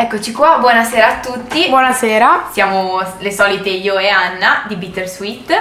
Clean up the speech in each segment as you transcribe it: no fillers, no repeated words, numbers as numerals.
Eccoci qua, buonasera a tutti. Buonasera. Siamo le solite io e Anna di Bittersweet.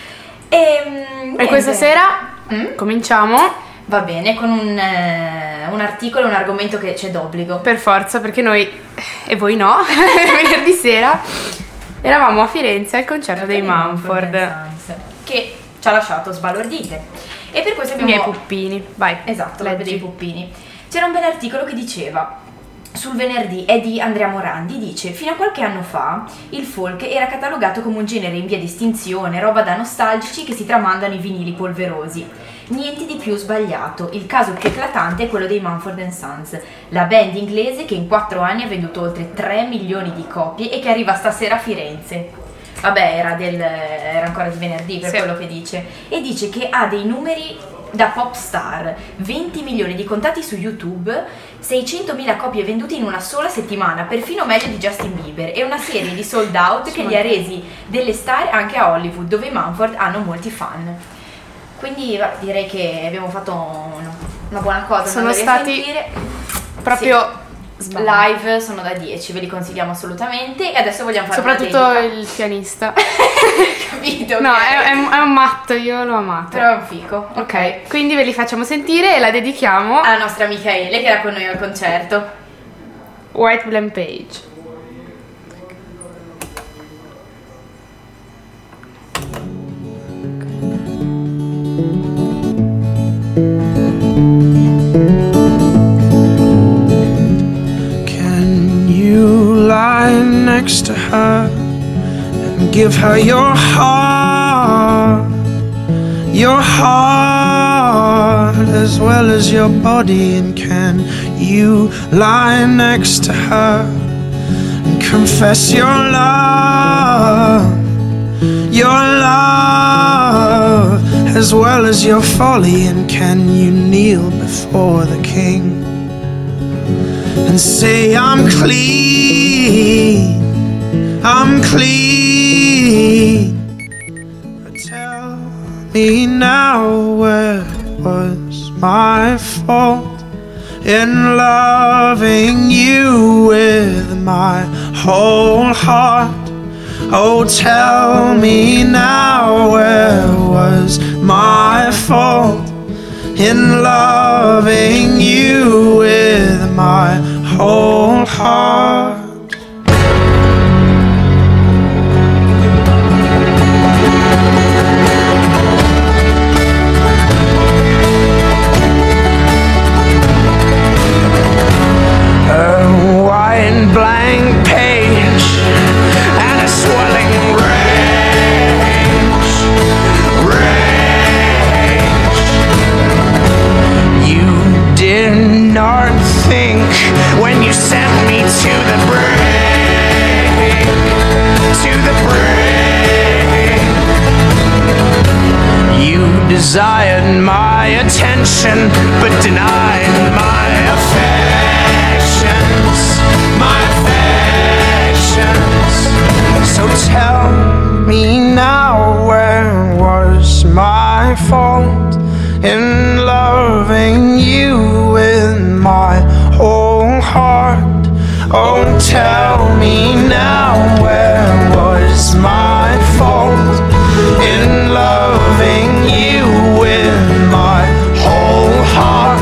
E questa sera cominciamo. Va bene, con un articolo, un argomento che c'è d'obbligo. Per forza, perché noi, e voi no, venerdì sera eravamo a Firenze al concerto dei Mumford, che ci ha lasciato sbalordite. E per questo i abbiamo... miei puppini, vai. Esatto, leggi. proprio dei puppini. C'era un bel articolo che diceva: sul venerdì, è di Andrea Morandi, dice: fino a qualche anno fa il folk era catalogato come un genere in via di estinzione, roba da nostalgici che si tramandano i vinili polverosi. Niente di più sbagliato. Il caso più eclatante è quello dei Mumford & Sons, la band inglese che in 4 anni ha venduto oltre 3 milioni di copie e che arriva stasera a Firenze. Vabbè, era ancora di venerdì, per quello che dice. E dice che ha dei numeri da pop star, 20 milioni di contatti su YouTube, 600.000 copie vendute in una sola settimana, perfino meglio di Justin Bieber, e una serie di sold out che li ha resi delle star anche a Hollywood, dove i Mumford hanno molti fan. Quindi direi che abbiamo fatto una buona cosa. Sono stati proprio live, sono da 10, ve li consigliamo assolutamente. E adesso vogliamo fare soprattutto il pianista. Capito? No, è un matto, io l'ho amato. Però è un fico. Ok, quindi ve li facciamo sentire e la dedichiamo alla nostra amica Ele, che era con noi al concerto. White Blank Page. Next to her and give her your heart as well as your body. And can you lie next to her and confess your love as well as your folly? And can you kneel before the king and say, I'm clean, but tell me now, where was my fault in loving you with my whole heart? Oh, tell me now, where was my fault in loving you with my whole heart? Blank page and a swelling rage. You did not think when you sent me to the brink, You desired my attention but denied my affections. So tell me now, where was my fault in loving you with my whole heart? Oh, tell me now, where was my fault in loving you with my whole heart?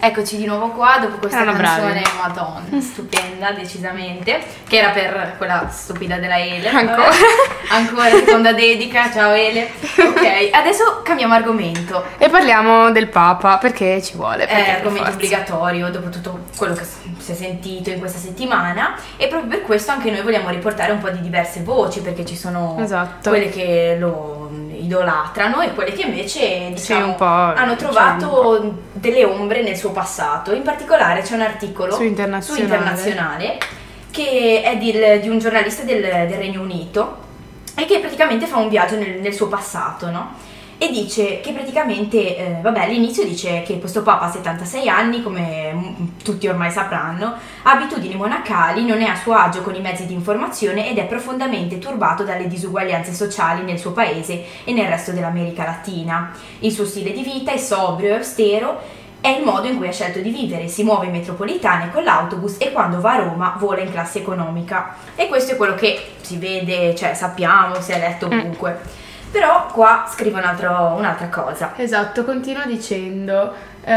Eccoci di nuovo qua dopo questa Erano canzone, bravi. Madonna, stupenda decisamente, che era per quella stupida della Ele. Ancora. Vabbè. Ancora, seconda dedica, ciao Ele. Ok, adesso cambiamo argomento. E parliamo del Papa, perché ci vuole. È Perché argomento per forza. obbligatorio dopo tutto quello che si è sentito in questa settimana, e proprio per questo anche noi vogliamo riportare un po' di diverse voci, perché ci sono Esatto. quelle che lo idolatrano e quelle che invece diciamo un po', hanno diciamo trovato delle ombre nel suo passato. In particolare c'è un articolo Su Internazionale. Internazionale che è di un giornalista del Regno Unito, e che praticamente fa un viaggio nel suo passato, no? E dice che praticamente, all'inizio dice che questo Papa ha 76 anni, come tutti ormai sapranno, ha abitudini monacali, non è a suo agio con i mezzi di informazione ed è profondamente turbato dalle disuguaglianze sociali nel suo paese e nel resto dell'America Latina. Il suo stile di vita è sobrio e austero, è il modo in cui ha scelto di vivere, si muove in metropolitane con l'autobus e quando va a Roma vola in classe economica. E questo è quello che si vede, cioè sappiamo, si è letto ovunque. Però qua scrive un'altra cosa. Esatto, continua dicendo: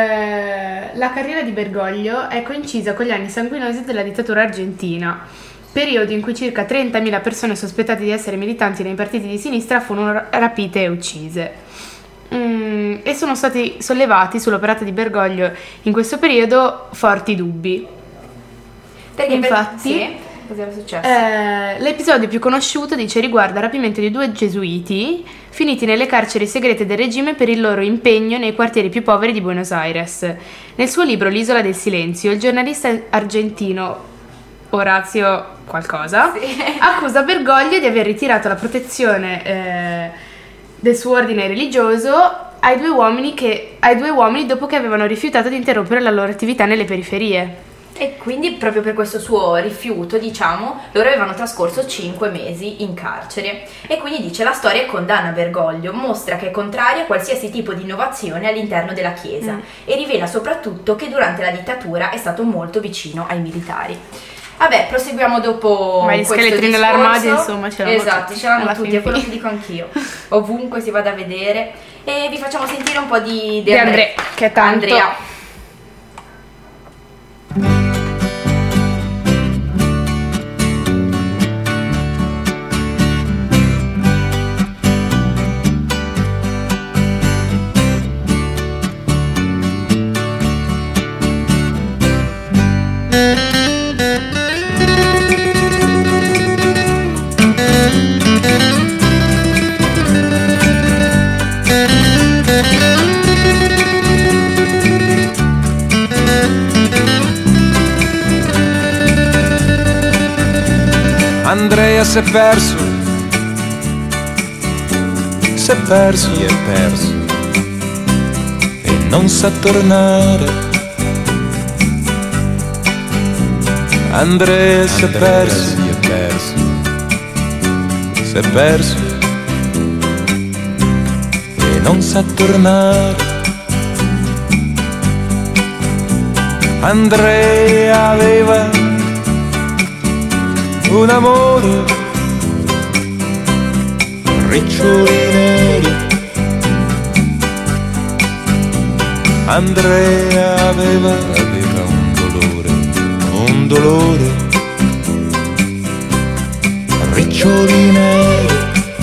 la carriera di Bergoglio è coincisa con gli anni sanguinosi della dittatura argentina, periodo in cui circa 30.000 persone sospettate di essere militanti nei partiti di sinistra furono rapite e uccise. E sono stati sollevati sull'operato di Bergoglio in questo periodo forti dubbi. Perché Infatti, sì, cosa era successo? l'episodio più conosciuto, dice, riguarda il rapimento di 2 gesuiti finiti nelle carceri segrete del regime per il loro impegno nei quartieri più poveri di Buenos Aires. Nel suo libro L'isola del silenzio, il giornalista argentino Orazio qualcosa accusa Bergoglio di aver ritirato la protezione del suo ordine religioso ai due uomini dopo che avevano rifiutato di interrompere la loro attività nelle periferie. E quindi proprio per questo suo rifiuto, diciamo, loro avevano trascorso 5 mesi in carcere. E quindi dice: la storia condanna Bergoglio, mostra che è contrario a qualsiasi tipo di innovazione all'interno della Chiesa e rivela soprattutto che durante la dittatura è stato molto vicino ai militari. Vabbè, proseguiamo dopo. Ma gli questo scheletri discorso. nell'armadio, insomma, ce l'hanno Esatto, tutti, ce l'hanno alla tutti, fine. è quello che dico anch'io. Ovunque si vada a vedere. E vi facciamo sentire un po' di Andrea, che è tanto. Andrea. Andrea si è perso, si è perso e non sa tornare. Andrea si è perso, si è perso e non sa tornare. Andrea aveva un amore, riccioli neri. Andrea aveva un dolore, riccioli neri.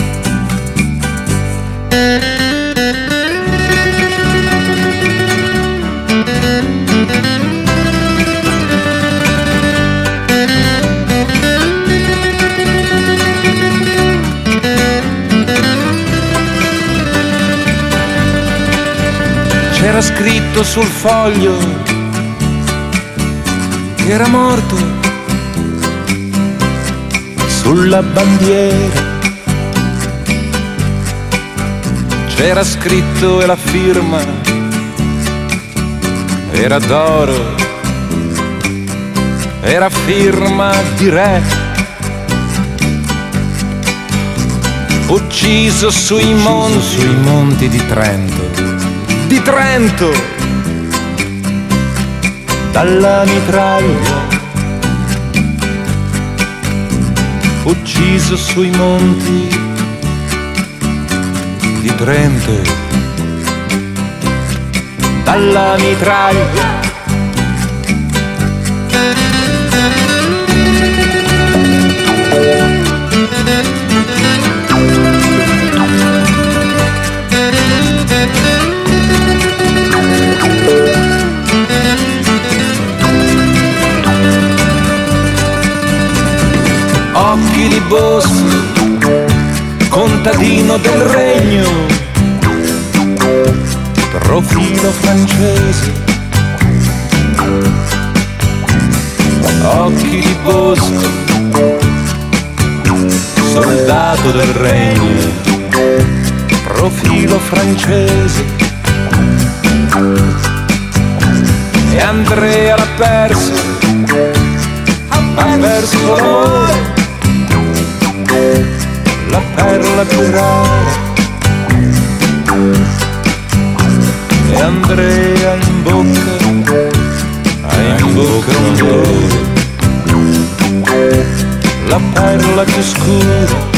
C'era scritto sul foglio che era morto, sulla bandiera c'era scritto e la firma era d'oro, era firma di re, ucciso sui monti di Trento, dalla mitraglia, ucciso sui monti Trento, dalla mitraglia. Occhi di bosco, contadino del regno, profilo francese. Occhi di bosco, soldato del regno, profilo francese. E Andrea l'ha perso, ha perso l'amore, la perla più rara. E Andrea in bocca, ha in bocca un dolore, la perla più scura.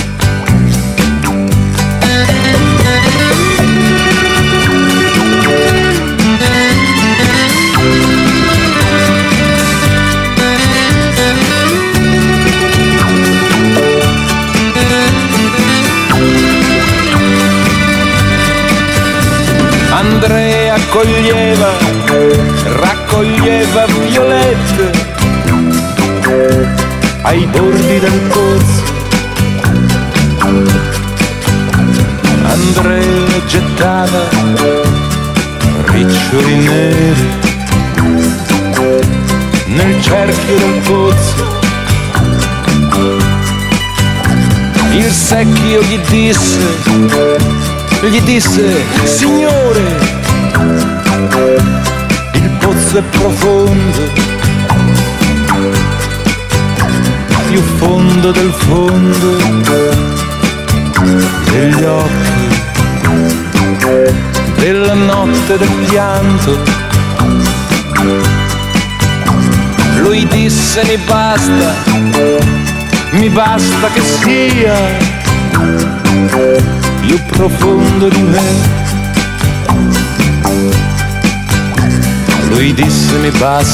Andrea coglieva, raccoglieva violette ai bordi del pozzo. Andrea gettava riccioli neri nel cerchio del pozzo. Il secchio gli disse, signore, il pozzo è profondo, più fondo del fondo degli occhi, della notte del pianto. Lui disse, mi basta che sia più profondo di me. Lui disse, mi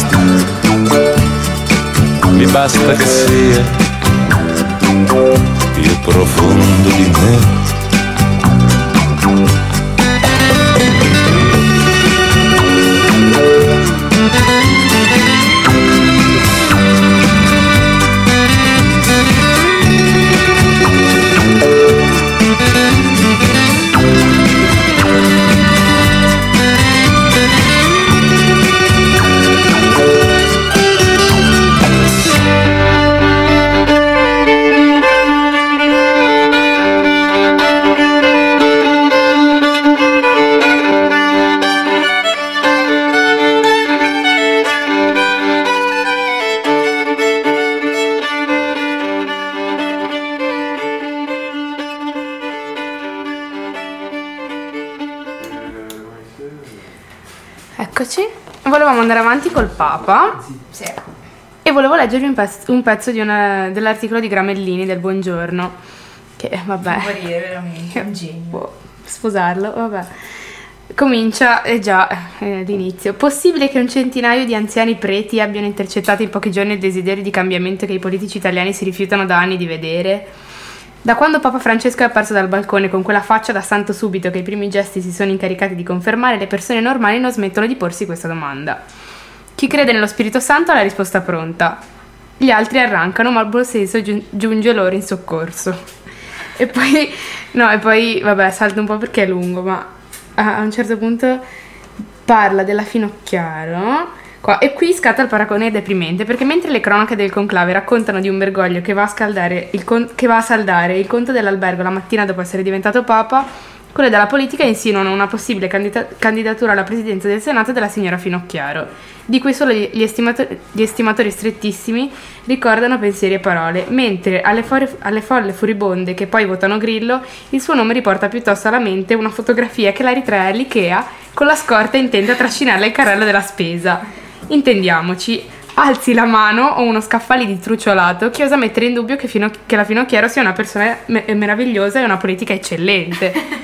basta che sia più profondo di me. Eccoci, volevamo andare avanti col Papa. Sì. E volevo leggervi un pezzo dell'articolo di Gramellini del Buongiorno, che vabbè, Morire veramente, è un genio. può sposarlo, vabbè. Comincia, già, l'inizio. Possibile che un centinaio di anziani preti abbiano intercettato in pochi giorni il desiderio di cambiamento che i politici italiani si rifiutano da anni di vedere? Da quando Papa Francesco è apparso dal balcone con quella faccia da santo subito che i primi gesti si sono incaricati di confermare, le persone normali non smettono di porsi questa domanda. Chi crede nello Spirito Santo ha la risposta pronta. Gli altri arrancano, ma il buon senso giunge loro in soccorso. E poi, vabbè, salto un po' perché è lungo, ma a un certo punto parla della Finocchiaro. E qui scatta il paragone deprimente, perché mentre le cronache del conclave raccontano di un Bergoglio che va a saldare il conto dell'albergo la mattina dopo essere diventato Papa, quelle della politica insinuano una possibile candidatura alla presidenza del Senato della signora Finocchiaro, di cui solo gli estimatori strettissimi ricordano pensieri e parole, mentre alle folle furibonde che poi votano Grillo, il suo nome riporta piuttosto alla mente una fotografia che la ritrae all'Ikea con la scorta intenta a trascinarla il carrello della spesa. Intendiamoci, alzi la mano o uno scaffale di trucciolato chi osa mettere in dubbio che la Finocchiaro sia una persona meravigliosa e una politica eccellente.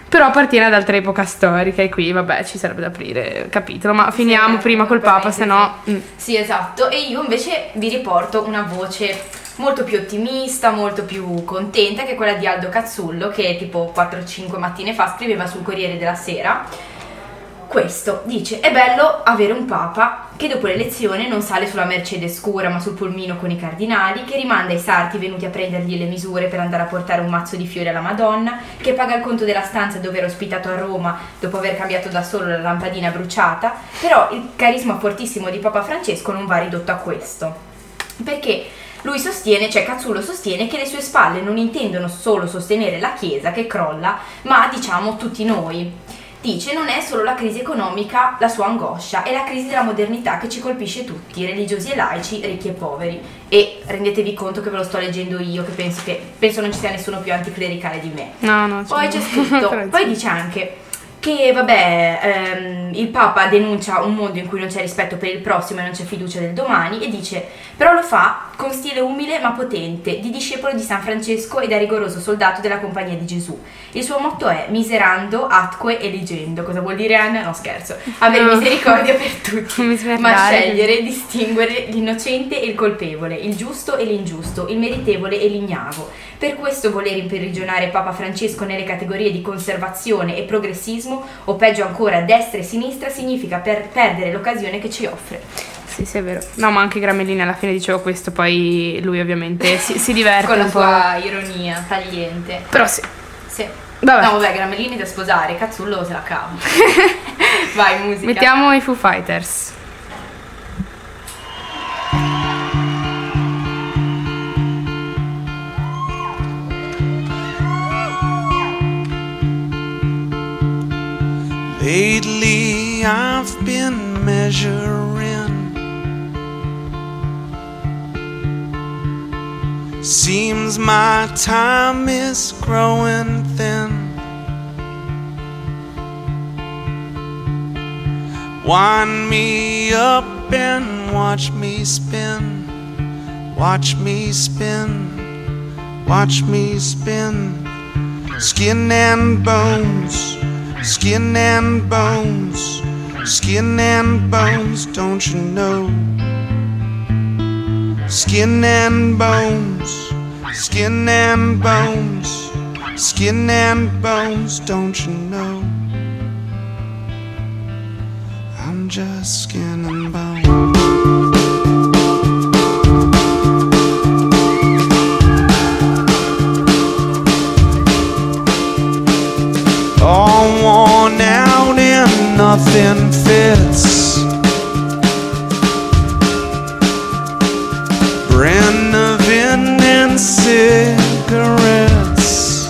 però appartiene ad altra epoca storica e qui vabbè ci sarebbe da aprire capitolo, ma finiamo prima col Papa, se no... Sì, esatto, e io invece vi riporto una voce molto più ottimista, molto più contenta, che è quella di Aldo Cazzullo, che tipo 4-5 mattine fa scriveva sul Corriere della Sera questo, dice: è bello avere un papa che dopo l'elezione non sale sulla Mercedes scura ma sul pulmino con i cardinali, che rimanda i sarti venuti a prendergli le misure per andare a portare un mazzo di fiori alla Madonna, che paga il conto della stanza dove era ospitato a Roma dopo aver cambiato da solo la lampadina bruciata. Però il carisma fortissimo di Papa Francesco non va ridotto a questo, perché lui sostiene, cioè Cazzullo sostiene, che le sue spalle non intendono solo sostenere la Chiesa che crolla, ma diciamo tutti noi. Dice: non è solo la crisi economica la sua angoscia, è la crisi della modernità che ci colpisce tutti, religiosi e laici, ricchi e poveri. E rendetevi conto che ve lo sto leggendo io, che penso non ci sia nessuno più anticlericale di me. No, poi c'è scritto, poi dice anche che vabbè, il Papa denuncia un mondo in cui non c'è rispetto per il prossimo e non c'è fiducia del domani, e dice: però lo fa con stile umile ma potente, di discepolo di San Francesco e da rigoroso soldato della Compagnia di Gesù. Il suo motto è miserando, atque e leggendo. Cosa vuol dire, Anna? No, scherzo. Avere misericordia per tutti, ma scegliere e distinguere l'innocente e il colpevole, il giusto e l'ingiusto, il meritevole e l'ignavo. Per questo voler imprigionare Papa Francesco nelle categorie di conservazione e progressismo, o peggio ancora destra e sinistra, significa perdere l'occasione che ci offre. Sì, è vero. No, ma anche Gramellini alla fine diceva questo, poi lui ovviamente si diverte con la un po'. sua ironia tagliente. Però sì. Vabbè. No, vabbè, Gramellini da sposare, Cazzullo se la cava. Vai, musica. Mettiamo i Foo Fighters. Lately I've been measuring, seems my time is growing thin. Wind me up and watch me spin, watch me spin, watch me spin. Skin and bones, skin and bones, skin and bones, don't you know? Skin and bones, skin and bones, skin and bones, don't you know? I'm just skin and bones. All worn out and nothing fits. Brennivin and cigarettes.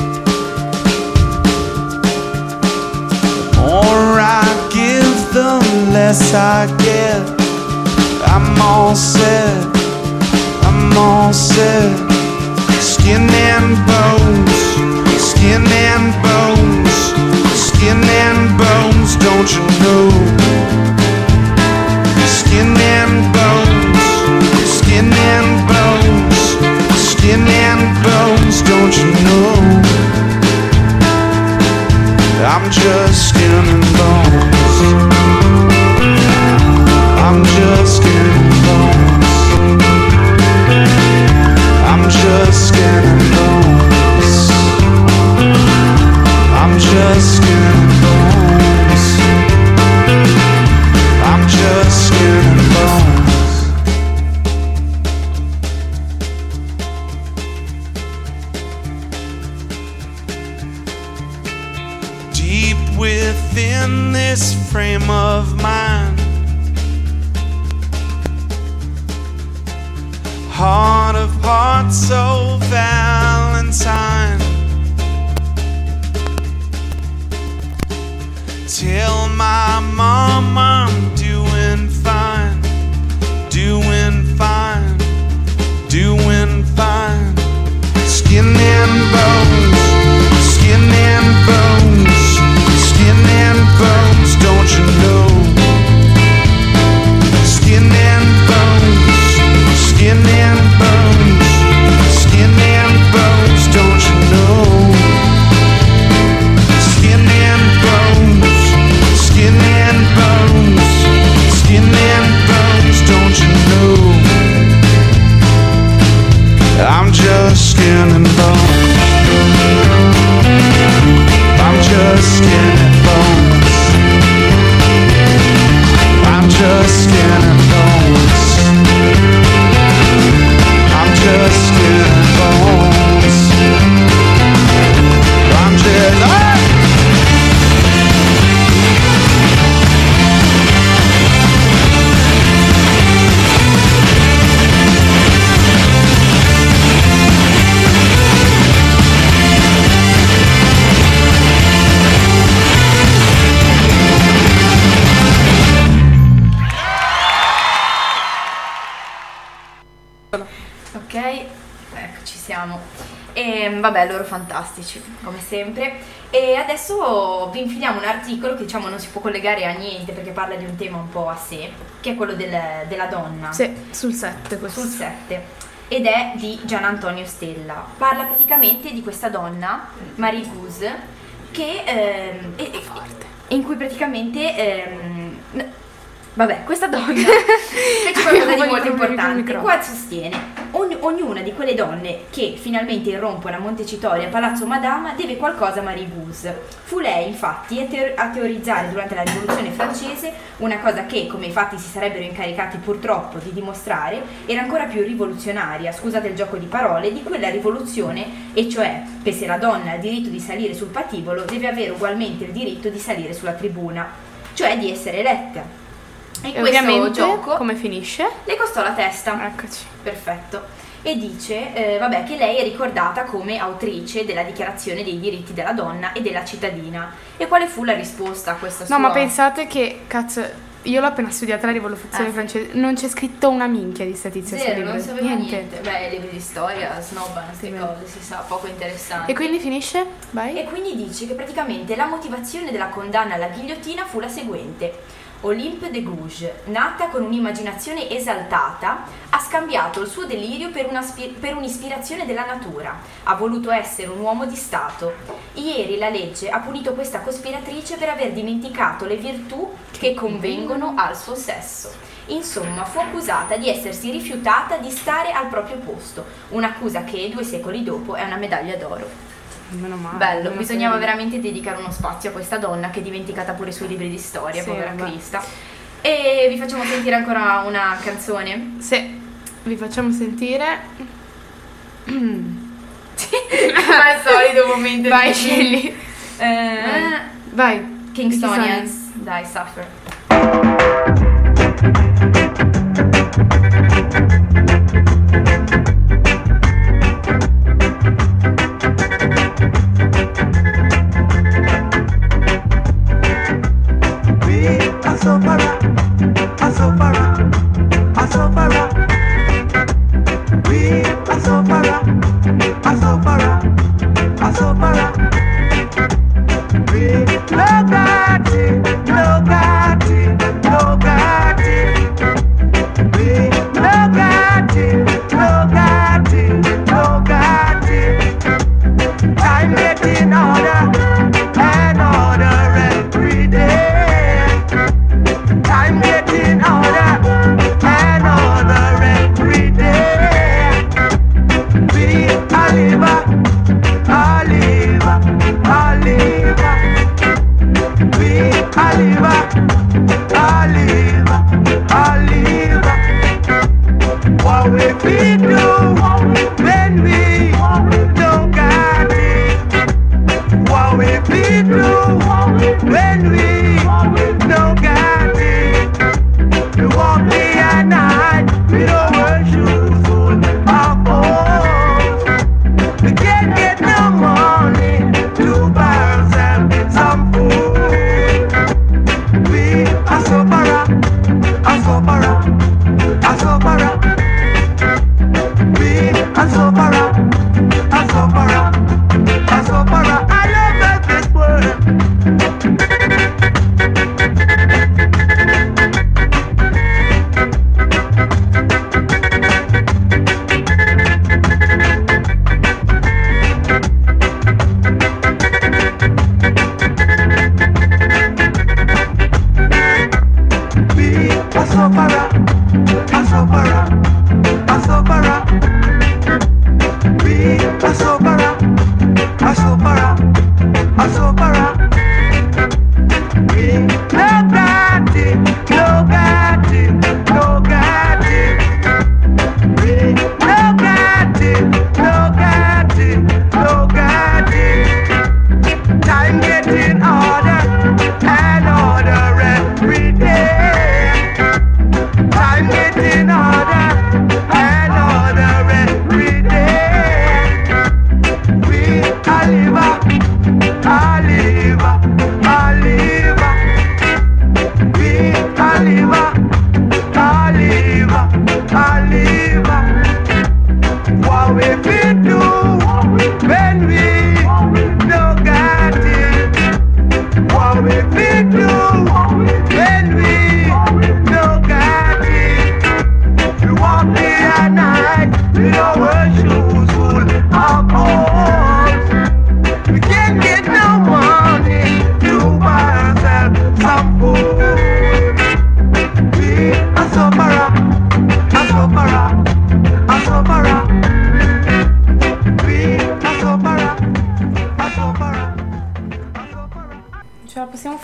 The more I give, the less I get. I'm all set, I'm all set. Skin and bones, skin and bones, skin and bones, don't you know? Skin and bones, skin and bones, skin and bones, don't you know? I'm just skin and bones. I'm just skin and bones. I'm just skin and bones. I'm just skin and bones. I'm just skin and bones. Deep within this frame of mind, heart of hearts, so Valentine. Tell my mom I'm doing fine, doing fine, doing fine. Skin and bones, skin and bones, skin and bones, don't you know? Skin and bones, skin and bones, skin and bones, don't you know? ringraziamo. E vabbè, loro fantastici, come sempre. E adesso vi infiliamo un articolo che diciamo non si può collegare a niente perché parla di un tema un po' a sé, che è quello della donna. Sì, sul 7 questo. Sul 7. Ed è di Gian Antonio Stella. Parla praticamente di questa donna, Marie Gouze, che in cui praticamente vabbè, questa donna fece qualcosa di molto importante. Qua sostiene: ognuna di quelle donne che finalmente irrompono a Montecitorio e a Palazzo Madama deve qualcosa a Marie Gouze. Fu lei infatti a teorizzare durante la rivoluzione francese una cosa che, come i fatti si sarebbero incaricati purtroppo di dimostrare, era ancora più rivoluzionaria, scusate il gioco di parole, di quella rivoluzione, e cioè che se la donna ha il diritto di salire sul patibolo deve avere ugualmente il diritto di salire sulla tribuna, cioè di essere eletta. E questo ovviamente gioco come finisce? le costò la testa. Eccoci. Perfetto. E dice vabbè, che lei è ricordata come autrice della dichiarazione dei diritti della donna e della cittadina. E quale fu la risposta a questa sua? No, ma pensate che, cazzo, io l'ho appena studiata la rivoluzione sì. francese, non c'è scritto una minchia di sta tizia sul Zero, libro. non sapeva niente. Beh, i libri di storia snobbano queste Sì, cose, si sa, poco interessanti. E quindi finisce? Vai. E quindi dice che praticamente la motivazione della condanna alla ghigliottina fu la seguente. Olympe de Gouges, nata con un'immaginazione esaltata, ha scambiato il suo delirio per un'ispirazione della natura. Ha voluto essere un uomo di Stato. Ieri la legge ha punito questa cospiratrice per aver dimenticato le virtù che convengono al suo sesso. Insomma, fu accusata di essersi rifiutata di stare al proprio posto, un'accusa che 2 secoli dopo è una medaglia d'oro. Meno male. Bello, non bisognava sapevo. veramente dedicare uno spazio a questa donna che è dimenticata pure sui libri di storia, Sì, povera vabbè. Crista. E vi facciamo sentire ancora una canzone. Sì, vi facciamo sentire. Come al solito momento Vai, di scegli. Vai. Kingstonians, dai, Suffer. Some food. We are so far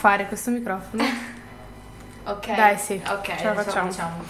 fare questo microfono? Ok. Dai, sì. Ok, ce la adesso facciamo.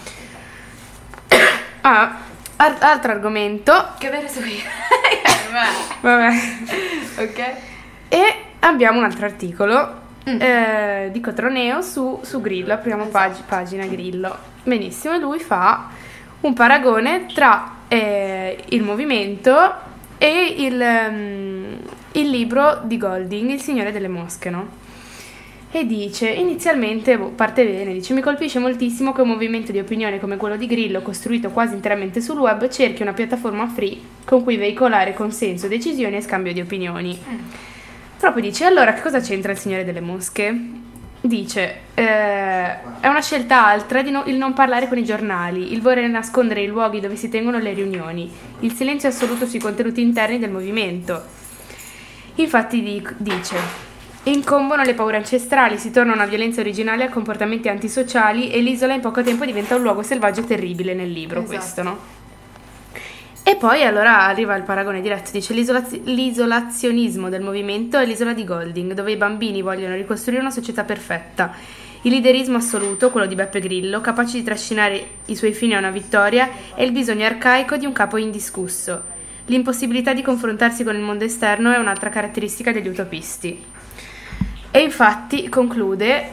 Altro argomento. Che vero so io. Vabbè. Ok. E abbiamo un altro articolo di Cotroneo su Grillo, apriamo pagina Grillo. Benissimo, lui fa un paragone tra il movimento e il libro di Golding, Il Signore delle Mosche, no? E dice, inizialmente, parte bene, dice: mi colpisce moltissimo che un movimento di opinione come quello di Grillo, costruito quasi interamente sul web, cerchi una piattaforma free con cui veicolare consenso, decisioni e scambio di opinioni. Proprio dice, allora che cosa c'entra il Signore delle Mosche? Dice, è una scelta altra il non parlare con i giornali, il voler nascondere i luoghi dove si tengono le riunioni, il silenzio assoluto sui contenuti interni del movimento. Infatti dice, incombono le paure ancestrali, si torna a una violenza originale a comportamenti antisociali e l'isola in poco tempo diventa un luogo selvaggio e terribile nel libro, esatto. Questo, no? E poi allora arriva il paragone diretto, dice l'isolazionismo del movimento è l'isola di Golding, dove i bambini vogliono ricostruire una società perfetta. Il liderismo assoluto, quello di Beppe Grillo, capace di trascinare i suoi fini a una vittoria, è il bisogno arcaico di un capo indiscusso. L'impossibilità di confrontarsi con il mondo esterno è un'altra caratteristica degli utopisti. E infatti conclude,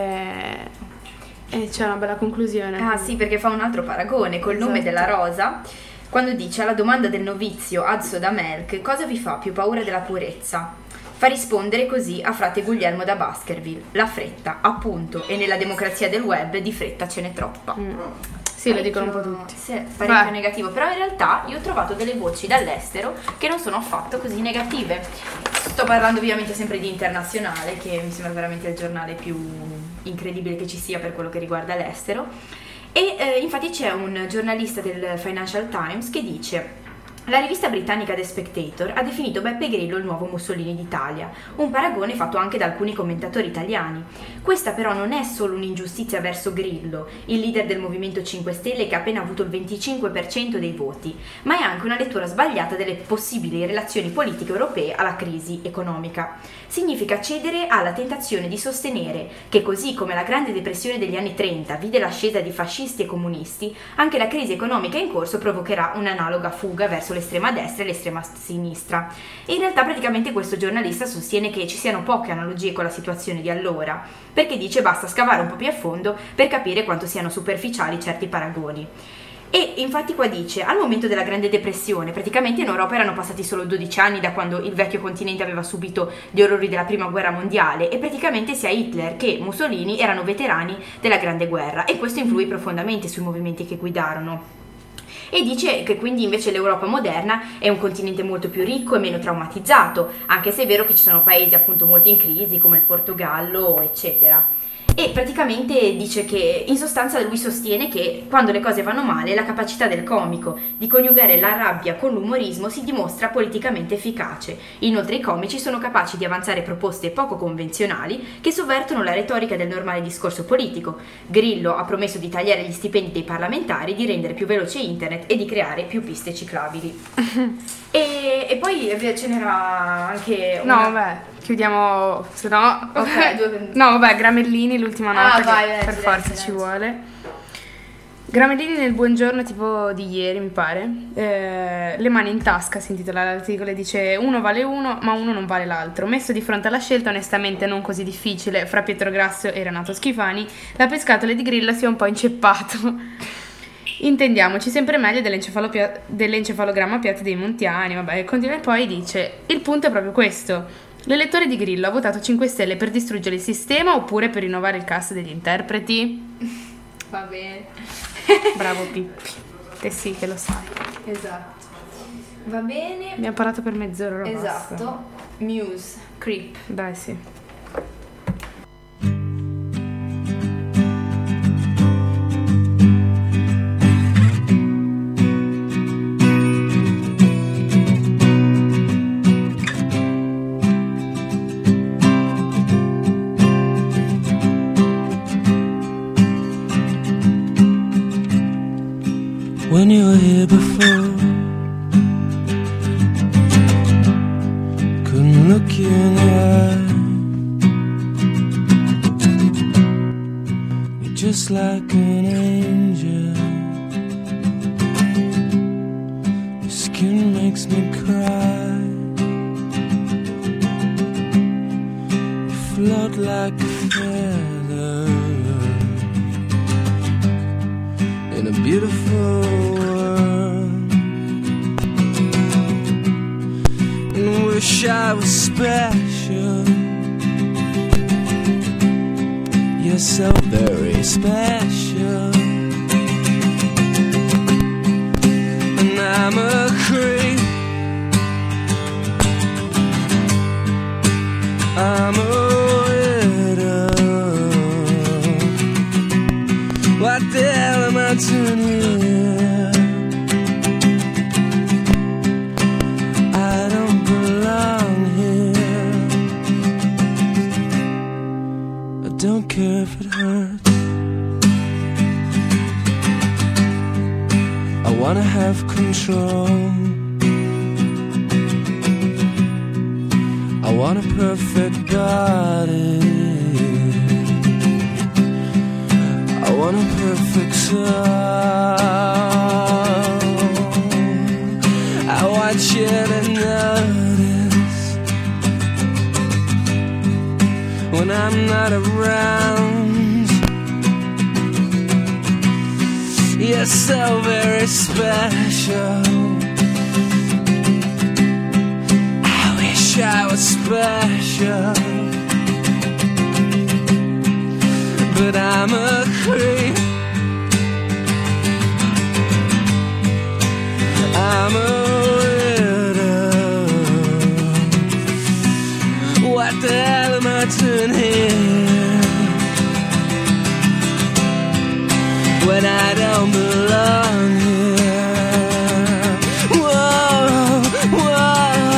e c'è una bella conclusione. Ah sì, perché fa un altro paragone col nome della rosa, quando dice alla domanda del novizio Adso da Melk cosa vi fa più paura della purezza? Fa rispondere così a frate Guglielmo da Baskerville: la fretta, appunto, e nella democrazia del web di fretta ce n'è troppa. Sì, lo dicono un po' tutti. Sì, parecchio negativo, però in realtà io ho trovato delle voci dall'estero che non sono affatto così negative. Sto parlando ovviamente sempre di Internazionale, che mi sembra veramente il giornale più incredibile che ci sia per quello che riguarda l'estero. E infatti c'è un giornalista del Financial Times che dice: la rivista britannica The Spectator ha definito Beppe Grillo il nuovo Mussolini d'Italia, un paragone fatto anche da alcuni commentatori italiani. Questa però non è solo un'ingiustizia verso Grillo, il leader del Movimento 5 Stelle che ha appena avuto il 25% dei voti, ma è anche una lettura sbagliata delle possibili relazioni politiche europee alla crisi economica. Significa cedere alla tentazione di sostenere che, così come la Grande Depressione degli anni 30 vide l'ascesa di fascisti e comunisti, anche la crisi economica in corso provocherà un'analoga fuga verso l'estrema destra e l'estrema sinistra. E in realtà praticamente questo giornalista sostiene che ci siano poche analogie con la situazione di allora, perché dice basta scavare un po' più a fondo per capire quanto siano superficiali certi paragoni. E infatti qua dice, al momento della Grande Depressione praticamente in Europa erano passati solo 12 anni da quando il vecchio continente aveva subito gli orrori della prima guerra mondiale, e praticamente sia Hitler che Mussolini erano veterani della Grande Guerra, e questo influì profondamente sui movimenti che guidarono. E dice che quindi invece l'Europa moderna è un continente molto più ricco e meno traumatizzato, anche se è vero che ci sono paesi appunto molto in crisi come il Portogallo, eccetera. E praticamente dice che in sostanza lui sostiene che quando le cose vanno male la capacità del comico di coniugare la rabbia con l'umorismo si dimostra politicamente efficace. Inoltre i comici sono capaci di avanzare proposte poco convenzionali che sovvertono la retorica del normale discorso politico. Grillo ha promesso di tagliare gli stipendi dei parlamentari, di rendere più veloce internet e di creare più piste ciclabili. E poi ce n'era anche una... No, vabbè, chiudiamo, se no... Ok, no, vabbè, Gramellini, l'ultima nota, vai, che per forza ci vuole. Gramellini nel buongiorno tipo di ieri, mi pare, le mani in tasca, si intitola l'articolo, e dice: uno vale uno, ma uno non vale l'altro. Messo di fronte alla scelta onestamente non così difficile fra Pietro Grasso e Renato Schifani, la pescatole di Grillo si è un po' inceppato. Intendiamoci, sempre meglio dell'encefalogramma piatto dei Montiani, vabbè, continua, e poi dice: il punto è proprio questo. L'elettore di Grillo ha votato 5 Stelle per distruggere il sistema oppure per rinnovare il cast degli interpreti? Va bene. Bravo Pippi, te sì che lo sai. Esatto. Va bene. Abbiamo parlato per mezz'ora. Esatto. Basta. Muse, Creep. Dai, sì. When you were here before, couldn't look you in the eye. just like an angel. Your skin makes me cry. You float like a feather in a beautiful world. And wish I was special. You're so very special. And I'm a creep. I'm a widow. What the hell am I doing here? I don't belong here. I don't care if it hurts. I wanna have control. I want a perfect body. I want a perfect soul. I want you to notice when I'm not around. You're so very special. I was special, but I'm a creep. I'm a widow. What the hell am I doing here when I don't belong here? Whoa, whoa.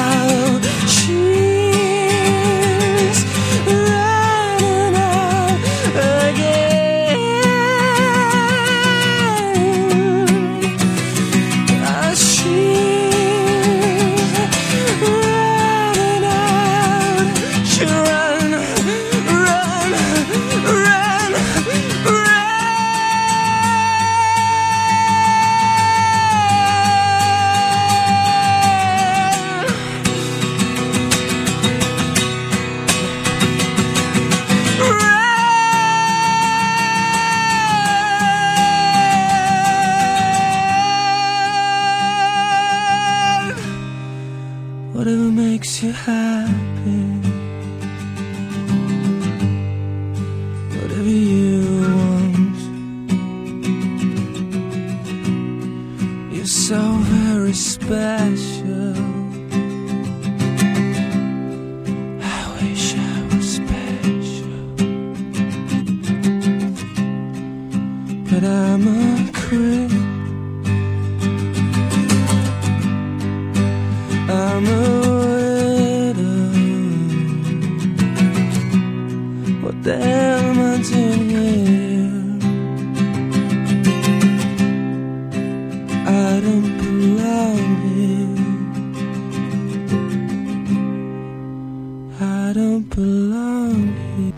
Whatever makes you happy, whatever you want. You're so very special. I wish I was special, but I'm a creep. I'm a widow. What the hell am I doing here? I don't belong here. I don't belong here.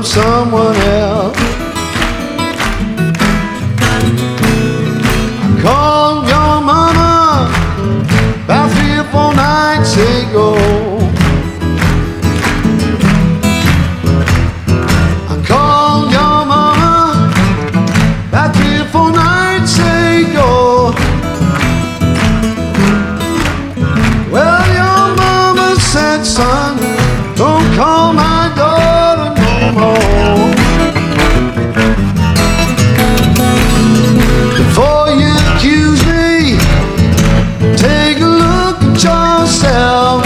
from someone else. I called your mama about 3 or 4 nights ago. I called your mama about 3 or 4 nights ago. Well, your mama said, son, don't call my daughter no more. Before you accuse me, take a look at yourself.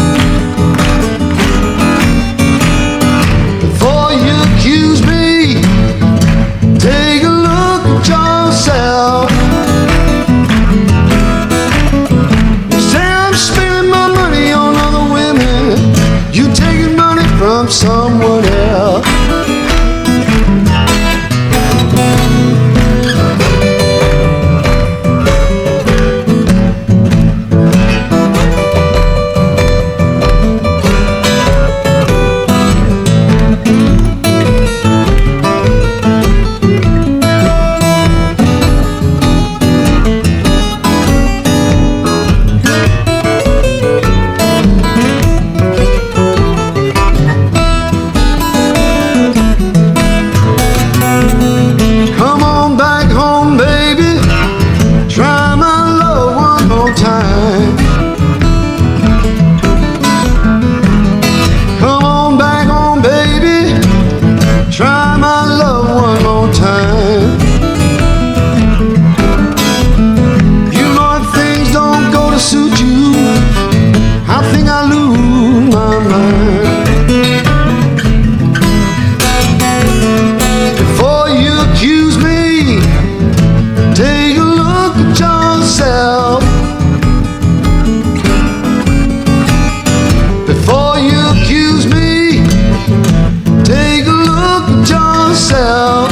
Before you accuse me, take a look at yourself. You say I'm spending my money on other women, you taking money from someone else. Come on back home, baby. Try my love one more time. Come on back home, baby. Try my love one more time. You know if things don't go to suit you, I think I lose my mind. Before you accuse me, take a look at yourself. Before you accuse me, take a look at yourself.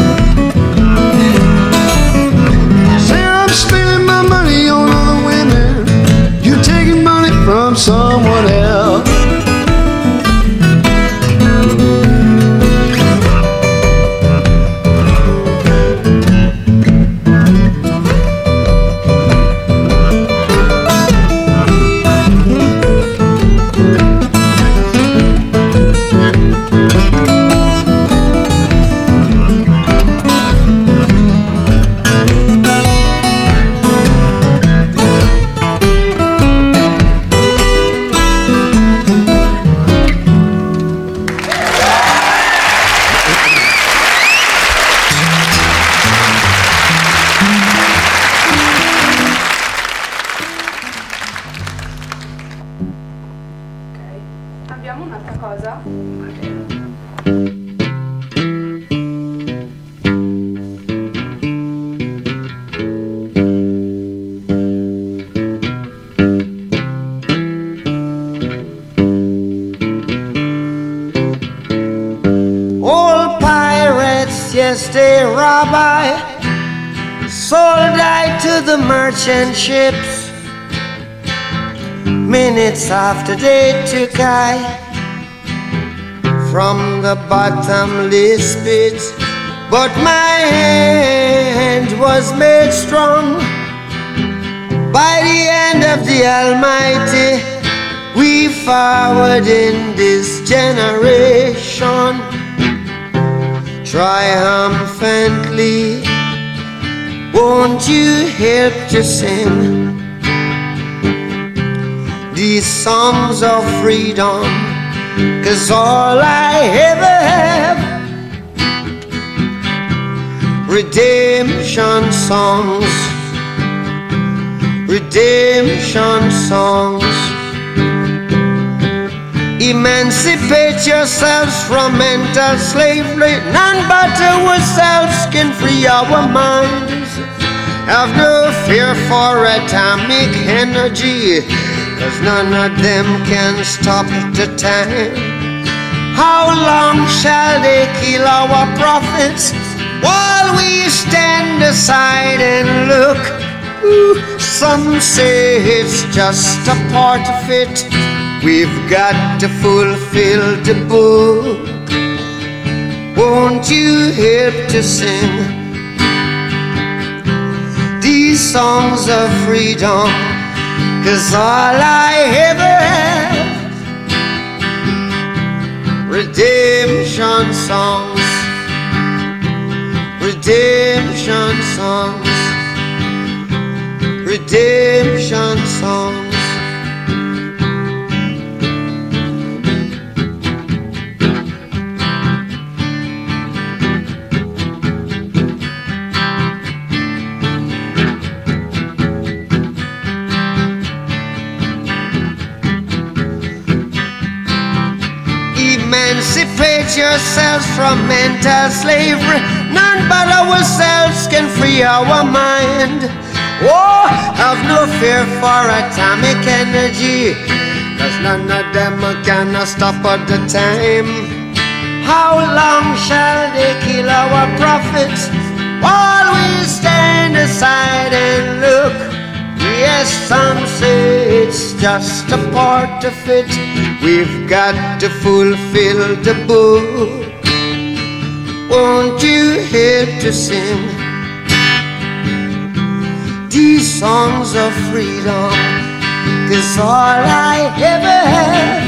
Say I'm spending my money on other women, you taking money from someone else. Abbiamo un'altra cosa. Old pirates, yes, they rabbi, sold I to the merchant ships. Minutes after they took I from the bottomless pit, but my hand was made strong by the hand of the Almighty. We forward in this generation triumphantly. Won't you help to sing these songs of freedom? 'Cause all I ever have, redemption songs, redemption songs. Emancipate yourselves from mental slavery. None but ourselves can free our minds. Have no fear for atomic energy, 'cause none of them can stop the time. How long shall they kill our prophets while we stand aside and look? Some say it's just a part of it. We've got to fulfill the book. won't you help to sing these songs of freedom? 'Cause all I ever have, redemption songs, redemption songs, redemption songs. Emancipate yourselves from mental slavery. None but ourselves can free our mind. Oh, have no fear for atomic energy, 'cause none of them can stop at the time. How long shall they kill our prophets while we stand aside and look? Yes, some say it's just a part of it. We've got to fulfill the book. Won't you help to sing these songs of freedom? 'Cause all I ever had,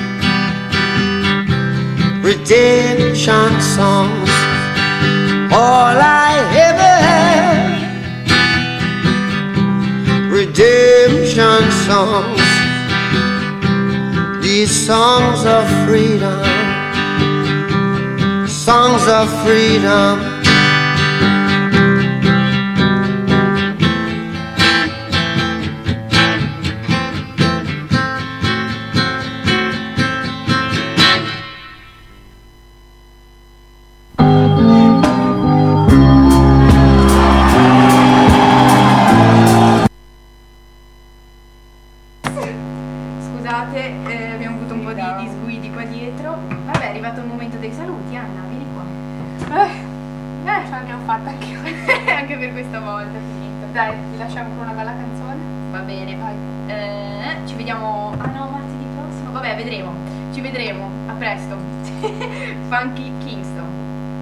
redemption songs. All I ever had, redemption songs. These songs of freedom, songs of freedom. Abbiamo avuto un po' di sguidi qua dietro. Vabbè, è arrivato il momento dei saluti. Anna, vieni qua. L'abbiamo fatta anche Anche per questa volta è finito. Dai, ti lasciamo con una bella canzone. Va bene, vai. Ci vediamo. Ah no, martedì prossimo. Vabbè, vedremo. Ci vedremo. A presto. Funky Kingston.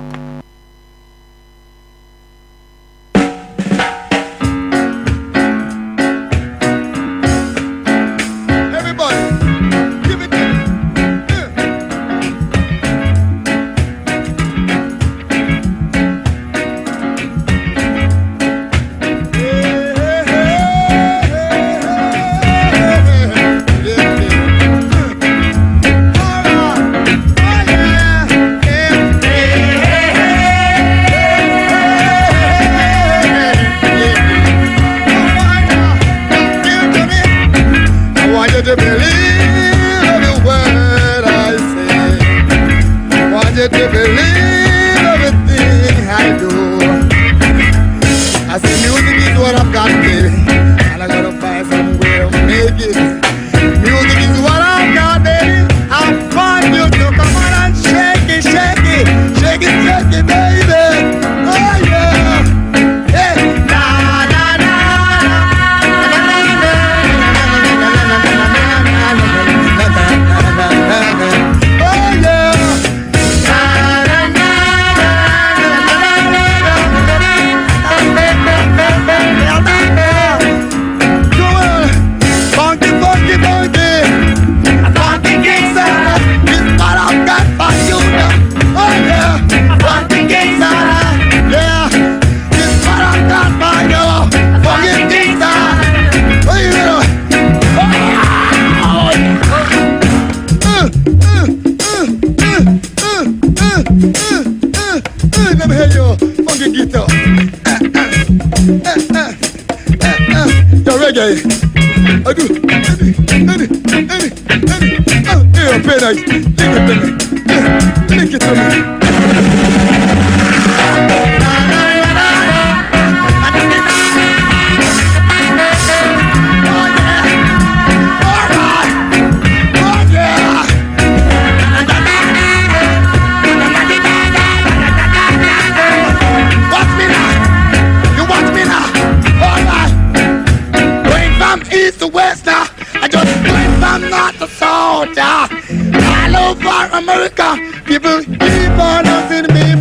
Let me hear your funky guitar. Your reggae. I do. Here, play nice. Link it to me. All over America, people keep on asking me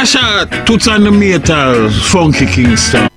Tasha, toots on the metal, funky Kingston.